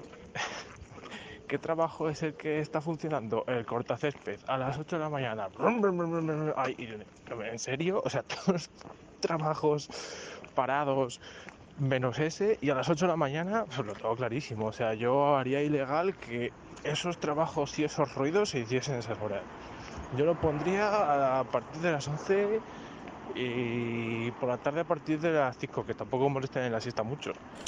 ¿Qué trabajo es el que está funcionando? El cortacésped, a las 8 de la mañana. Ay, ¿en serio? O sea, todos los trabajos parados, menos ese, y a las 8 de la mañana, pues lo tengo clarísimo. O sea, yo haría ilegal que esos trabajos y esos ruidos se hiciesen esas horas. Yo lo pondría a partir de las 11 y por la tarde a partir de las 5, que tampoco molesten en la siesta mucho.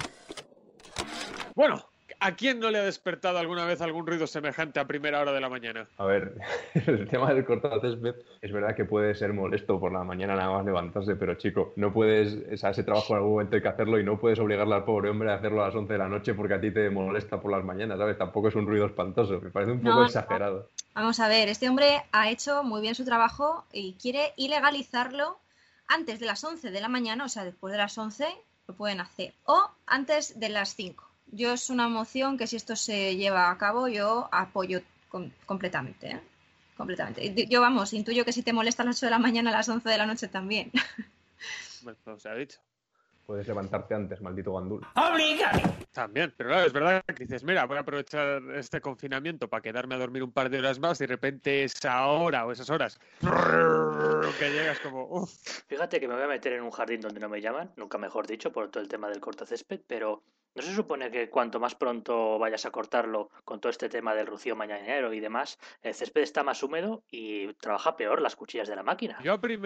Bueno, ¿a quién no le ha despertado alguna vez algún ruido semejante a primera hora de la mañana? A ver, el tema del cortacésped es verdad que puede ser molesto por la mañana nada más levantarse, pero chico, no puedes, o sea, ese trabajo en algún momento hay que hacerlo y no puedes obligarle al pobre hombre a hacerlo a las 11 de la noche porque a ti te molesta por las mañanas, ¿sabes? Tampoco es un ruido espantoso, me parece un poco exagerado. Vamos a ver, este hombre ha hecho muy bien su trabajo y quiere ilegalizarlo antes de las 11 de la mañana, o sea, después de las 11 lo pueden hacer, o antes de las 5. Yo es una moción que si esto se lleva a cabo yo apoyo completamente, ¿eh? Completamente. Yo, vamos, intuyo que si te molesta a las 8 de la mañana, a las 11 de la noche también. Bueno, no se ha dicho. Puedes levantarte antes, maldito gandul. ¡Obligado! También, pero claro, es verdad que dices, mira, voy a aprovechar este confinamiento para quedarme a dormir un par de horas más y de repente esa hora o esas horas que llegas como... Fíjate que me voy a meter en un jardín donde no me llaman, nunca mejor dicho, por todo el tema del cortacésped, pero ¿no se supone que cuanto más pronto vayas a cortarlo con todo este tema del rocío mañanero y demás, el césped está más húmedo y trabaja peor las cuchillas de la máquina?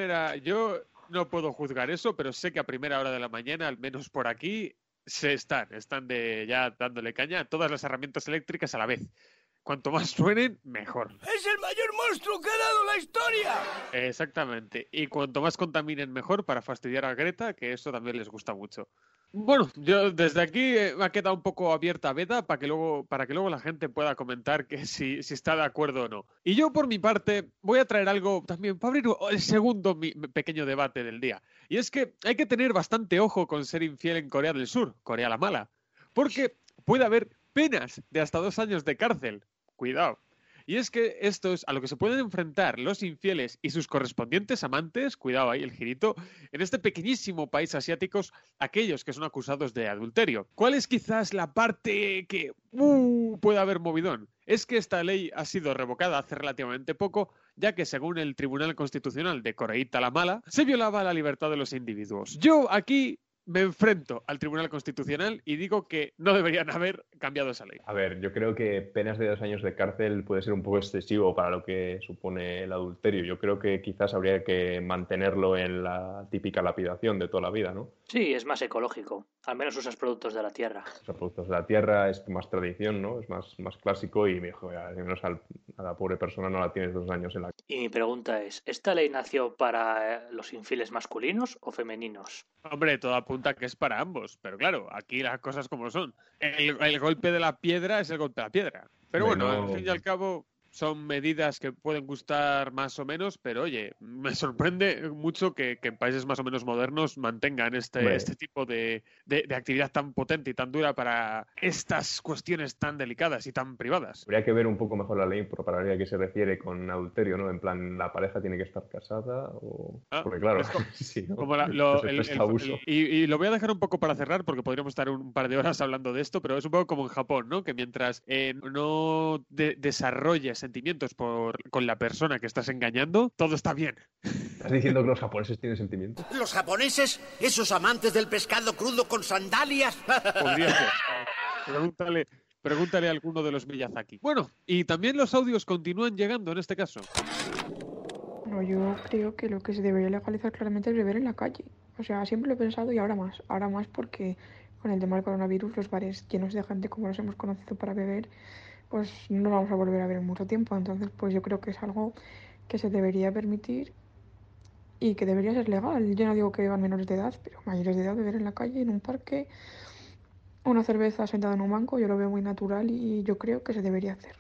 Yo no puedo juzgar eso, pero sé que a primera hora de la mañana, al menos por aquí, están ya dándole caña a todas las herramientas eléctricas a la vez. Cuanto más suenen, mejor. ¡Es el mayor monstruo que ha dado la historia! Exactamente. Y cuanto más contaminen, mejor para fastidiar a Greta, que eso también les gusta mucho. Bueno, yo desde aquí me ha quedado un poco abierta veda para que luego la gente pueda comentar que si está de acuerdo o no. Y yo, por mi parte, voy a traer algo también para abrir el segundo pequeño debate del día. Y es que hay que tener bastante ojo con ser infiel en Corea del Sur, Corea la mala. Porque puede haber penas de hasta 2 años de cárcel. Cuidado. Y es que esto es a lo que se pueden enfrentar los infieles y sus correspondientes amantes, cuidado ahí el girito, en este pequeñísimo país asiático, aquellos que son acusados de adulterio. ¿Cuál es quizás la parte que puede haber movidón? Es que esta ley ha sido revocada hace relativamente poco, ya que según el Tribunal Constitucional de Coreíta la Mala, se violaba la libertad de los individuos. Yo aquí me enfrento al Tribunal Constitucional y digo que no deberían haber cambiado esa ley. A ver, yo creo que penas de 2 años de cárcel puede ser un poco excesivo para lo que supone el adulterio. Yo creo que quizás habría que mantenerlo en la típica lapidación de toda la vida, ¿no? Sí, es más ecológico. Al menos usas productos de la tierra. Usas productos de la tierra, es más tradición, ¿no? Es más clásico y mejor, al menos a la pobre persona no la tienes 2 años en la... Y mi pregunta es, ¿esta ley nació para los infieles masculinos o femeninos? Hombre, todo apunta que es para ambos, pero claro, aquí las cosas como son. El golpe de la piedra es el golpe de la piedra. Pero bueno, al fin y al cabo son medidas que pueden gustar más o menos, pero oye, me sorprende mucho que en países más o menos modernos mantengan este tipo de actividad tan potente y tan dura para estas cuestiones tan delicadas y tan privadas. Habría que ver un poco mejor la ley para ver a qué se refiere con adulterio, ¿no? En plan, ¿la pareja tiene que estar casada? O... Porque claro, sí, ¿no? Como y lo voy a dejar un poco para cerrar porque podríamos estar un par de horas hablando de esto, pero es un poco como en Japón, ¿no? Que mientras no desarrolles sentimientos con la persona que estás engañando, todo está bien. ¿Estás diciendo que los japoneses tienen sentimientos? ¿Los japoneses? ¿Esos amantes del pescado crudo con sandalias? Podría ser. Pregúntale a alguno de los Miyazaki. Bueno, y también los audios continúan llegando en este caso. No, yo creo que lo que se debería legalizar claramente es beber en la calle. O sea, siempre lo he pensado y ahora más porque con el tema del coronavirus, los bares llenos de gente como los hemos conocido para beber, pues no los vamos a volver a ver en mucho tiempo. Entonces, pues yo creo que es algo que se debería permitir y que debería ser legal. Yo no digo que beban menores de edad, pero mayores de edad, beber en la calle, en un parque, una cerveza sentada en un banco, yo lo veo muy natural y yo creo que se debería hacer.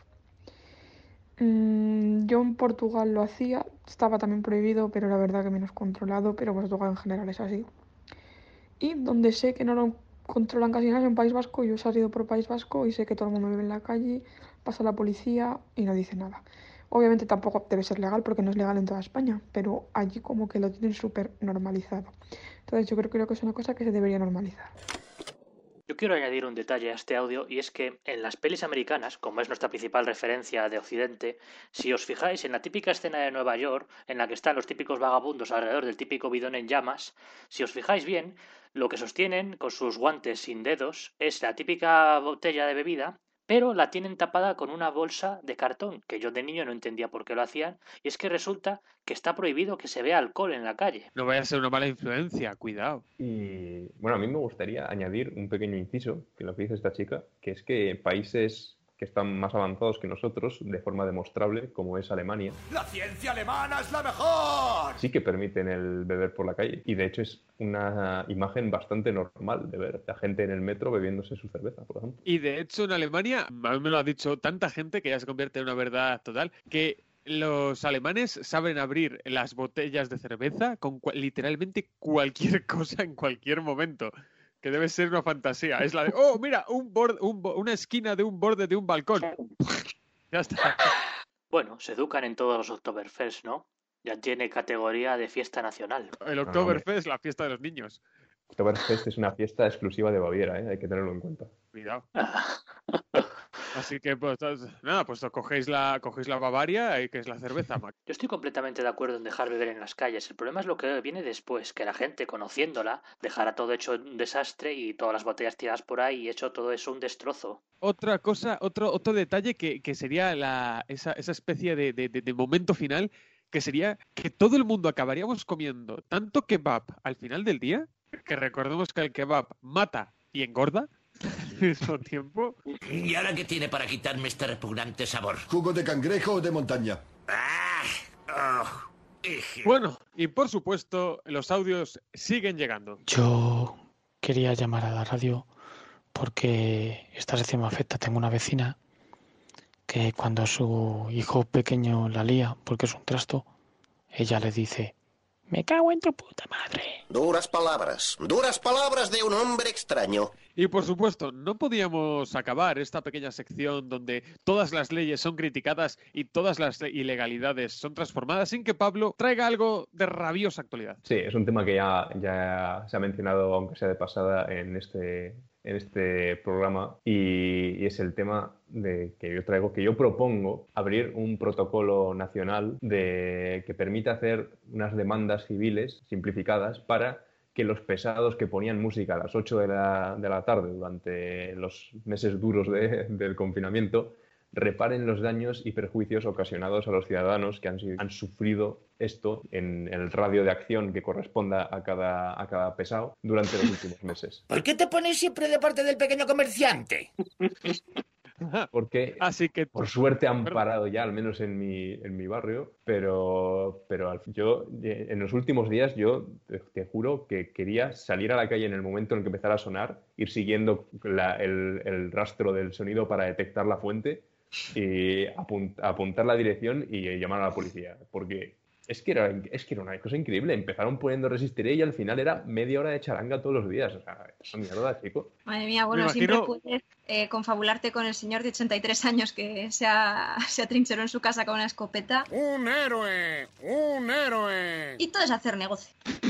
Yo en Portugal lo hacía, estaba también prohibido, pero la verdad que menos controlado, pero Portugal en general es así. Y donde sé que no lo controlan casi nada es en País Vasco. Yo he salido por País Vasco y sé que todo el mundo bebe en la calle, pasa la policía y no dice nada. Obviamente tampoco debe ser legal porque no es legal en toda España, pero allí como que lo tienen súper normalizado. Entonces yo creo que es una cosa que se debería normalizar. Yo quiero añadir un detalle a este audio y es que en las pelis americanas, como es nuestra principal referencia de Occidente, si os fijáis en la típica escena de Nueva York, en la que están los típicos vagabundos alrededor del típico bidón en llamas, si os fijáis bien, lo que sostienen con sus guantes sin dedos es la típica botella de bebida, pero la tienen tapada con una bolsa de cartón, que yo de niño no entendía por qué lo hacían, y es que resulta que está prohibido que se vea alcohol en la calle. No vaya a ser una mala influencia, cuidado. Y bueno, a mí me gustaría añadir un pequeño inciso, que lo que dice esta chica, que es que países que están más avanzados que nosotros, de forma demostrable, como es Alemania, ¡La ciencia alemana es la mejor! sí que permiten el beber por la calle. Y de hecho es una imagen bastante normal de ver a gente en el metro bebiéndose su cerveza, por ejemplo. Y de hecho en Alemania, a mí me lo ha dicho tanta gente que ya se convierte en una verdad total, que los alemanes saben abrir las botellas de cerveza con literalmente cualquier cosa en cualquier momento. Que debe ser una fantasía. Es la de, oh, mira, una esquina de un borde de un balcón. Ya está. Bueno, se educan en todos los Oktoberfest, ¿no? Ya tiene categoría de fiesta nacional. El Oktoberfest, la fiesta de los niños. Oktoberfest es una fiesta exclusiva de Baviera, hay que tenerlo en cuenta. Cuidado. Así que, pues, nada, pues cogéis la Bavaria, que es la cerveza. Yo estoy completamente de acuerdo en dejar beber en las calles. El problema es lo que viene después, que la gente, conociéndola, dejará todo hecho un desastre y todas las botellas tiradas por ahí y hecho todo eso un destrozo. Otra cosa, otro detalle que sería esa especie de momento final, que sería que todo el mundo acabaríamos comiendo tanto kebab al final del día, que recordemos que el kebab mata y engorda al mismo tiempo. ¿Y ahora qué tiene para quitarme este repugnante sabor? ¿Jugo de cangrejo o de montaña? Bueno, y por supuesto, los audios siguen llegando. Yo quería llamar a la radio porque esta sección me afecta. Tengo una vecina que cuando su hijo pequeño la lía porque es un trasto, ella le dice: me cago en tu puta madre. Duras palabras de un hombre extraño. Y por supuesto, no podíamos acabar esta pequeña sección donde todas las leyes son criticadas y todas las ilegalidades son transformadas sin que Pablo traiga algo de rabiosa actualidad. Sí, es un tema que ya se ha mencionado, aunque sea de pasada, en este programa, y es el tema que yo propongo abrir un protocolo nacional que permita hacer unas demandas civiles simplificadas para que los pesados que ponían música a las 8 de la tarde durante los meses duros del confinamiento reparen los daños y perjuicios ocasionados a los ciudadanos que han sufrido esto en el radio de acción que corresponda a cada pesado durante los últimos meses. ¿Por qué te pones siempre de parte del pequeño comerciante? Porque por suerte han parado ya, al menos en mi barrio, pero yo en los últimos días yo te juro que quería salir a la calle en el momento en el que empezara a sonar, ir siguiendo el rastro del sonido para detectar la fuente y apuntar la dirección y llamar a la policía, porque es que era una cosa increíble. Empezaron poniendo Resistiré y al final era media hora de charanga todos los días. O sea, esa mierda, chico. Madre mía, bueno, siempre puedes confabularte con el señor de 83 años que se atrincheró en su casa con una escopeta. ¡Un héroe! ¡Un héroe! Y todo es hacer negocio.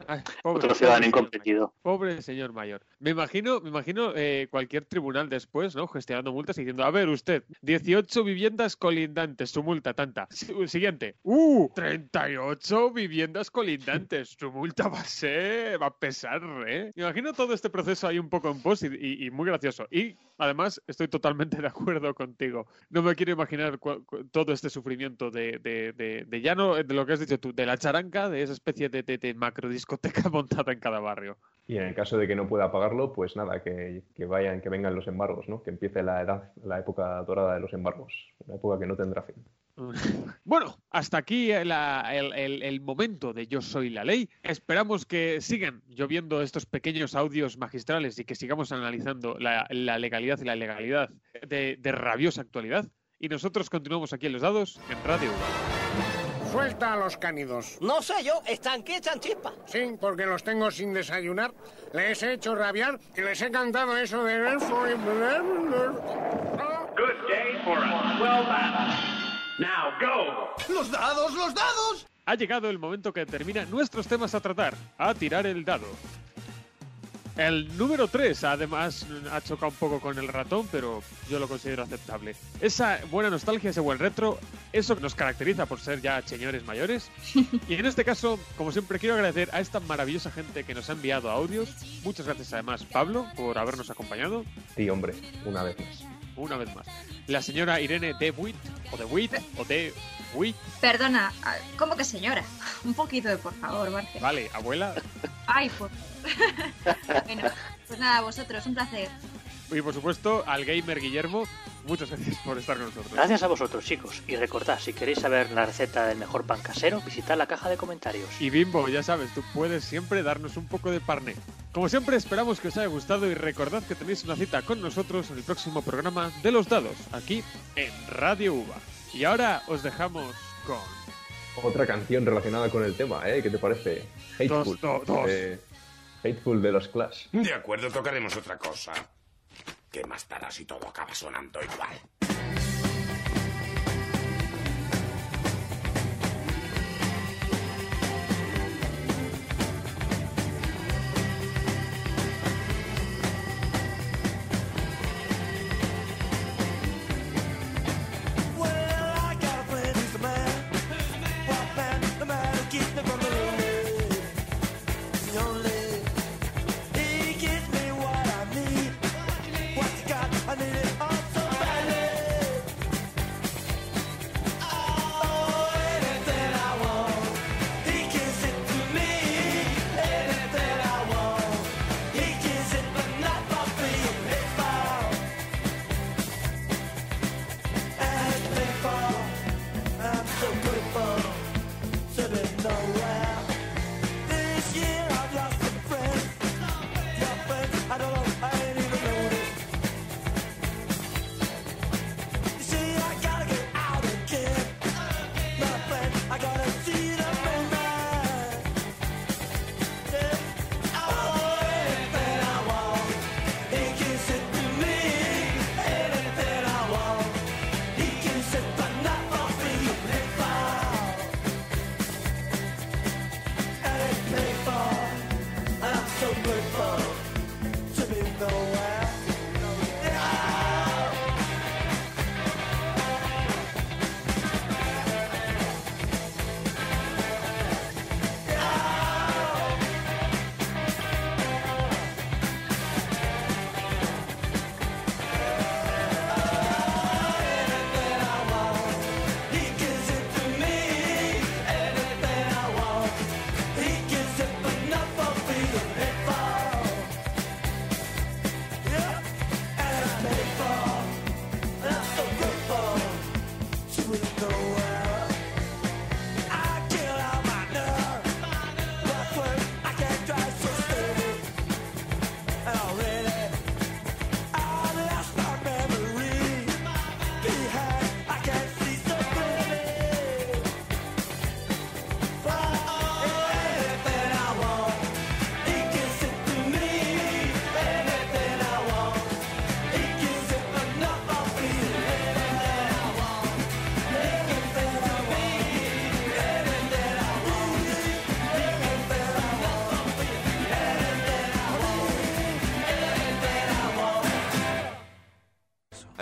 Ay, Otro ciudadano incomprendido. Pobre señor mayor. Me imagino cualquier tribunal después, ¿no? Gestionando multas y diciendo, a ver, usted, 18 viviendas colindantes, su multa tanta. Siguiente. 38 viviendas colindantes, su multa va a pesar, ¿eh? Me imagino todo este proceso ahí un poco en pos y muy gracioso. Y además estoy totalmente de acuerdo contigo. No me quiero imaginar todo este sufrimiento de ya no de lo que has dicho tú, de la charanca, de esa especie de macro discoteca montada en cada barrio. Y en el caso de que no pueda pagarlo, pues nada, que vengan los embargos, ¿no? Que empiece la época dorada de los embargos, una época que no tendrá fin. Bueno, hasta aquí el momento de Yo Soy la Ley. Esperamos que sigan lloviendo estos pequeños audios magistrales y que sigamos analizando la legalidad y la ilegalidad de rabiosa actualidad. Y nosotros continuamos aquí en Los Dados, en Radio UVA. Suelta a los cánidos. No sé yo, están que echan chispa. Sí, porque los tengo sin desayunar. Les he hecho rabiar y les he cantado eso de... Good day for us. Well done. Now go. ¡Los dados, los dados! Ha llegado el momento que determina nuestros temas a tratar. A tirar el dado. El número 3, además, ha chocado un poco con el ratón, pero yo lo considero aceptable. Esa buena nostalgia, ese buen retro, eso que nos caracteriza por ser ya señores mayores. Y en este caso, como siempre, quiero agradecer a esta maravillosa gente que nos ha enviado audios. Muchas gracias, además, Pablo, por habernos acompañado. Sí, hombre, una vez más. Una vez más. La señora Irene de Witt, o de Witt, o de Witt. Perdona, ¿cómo que señora? Un poquito de por favor, Marce. Vale, abuela. Ay, por Bueno, pues nada, vosotros, un placer. Y por supuesto, al gamer Guillermo, muchas gracias por estar con nosotros. Gracias a vosotros, chicos. Y recordad, si queréis saber la receta del mejor pan casero, visitad la caja de comentarios. Y Bimbo, ya sabes, tú puedes siempre darnos un poco de parné. Como siempre, esperamos que os haya gustado y recordad que tenéis una cita con nosotros en el próximo programa de Los Dados, aquí en Radio UVA. Y ahora os dejamos con... Otra canción relacionada con el tema, ¿eh? ¿Qué te parece? Hateful. Dos. Hateful de los Clash. De acuerdo, tocaremos otra cosa. ¿Qué más dará si todo acaba sonando igual?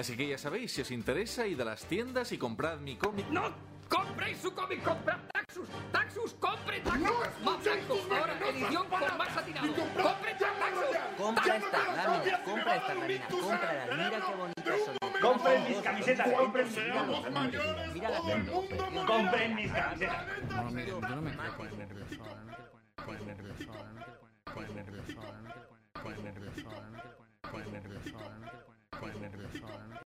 Así que ya sabéis, si os interesa, id a las tiendas y comprad mi cómic. ¡No! ¡Compréis su cómic! ¡Comprad Taxus! ¡Taxus! ¡Compre Taxus! ¡Más blanco! Ahora edición con más satinado. ¡Compre Taxus! Compra esta lámina, compra esta lámina, cómpralas. Mira qué bonitas son. ¡Compren mis camisetas! ¡Compren Mira las ¡Compren mis camisetas! Yo no me quiero poner nervioso ahora, no quiero poner nervioso ahora, no quiero poner nervioso ahora, no quiero poner nervioso ahora, no quiero poner nervioso ahora, no quiero poner nervioso ahora, no quiero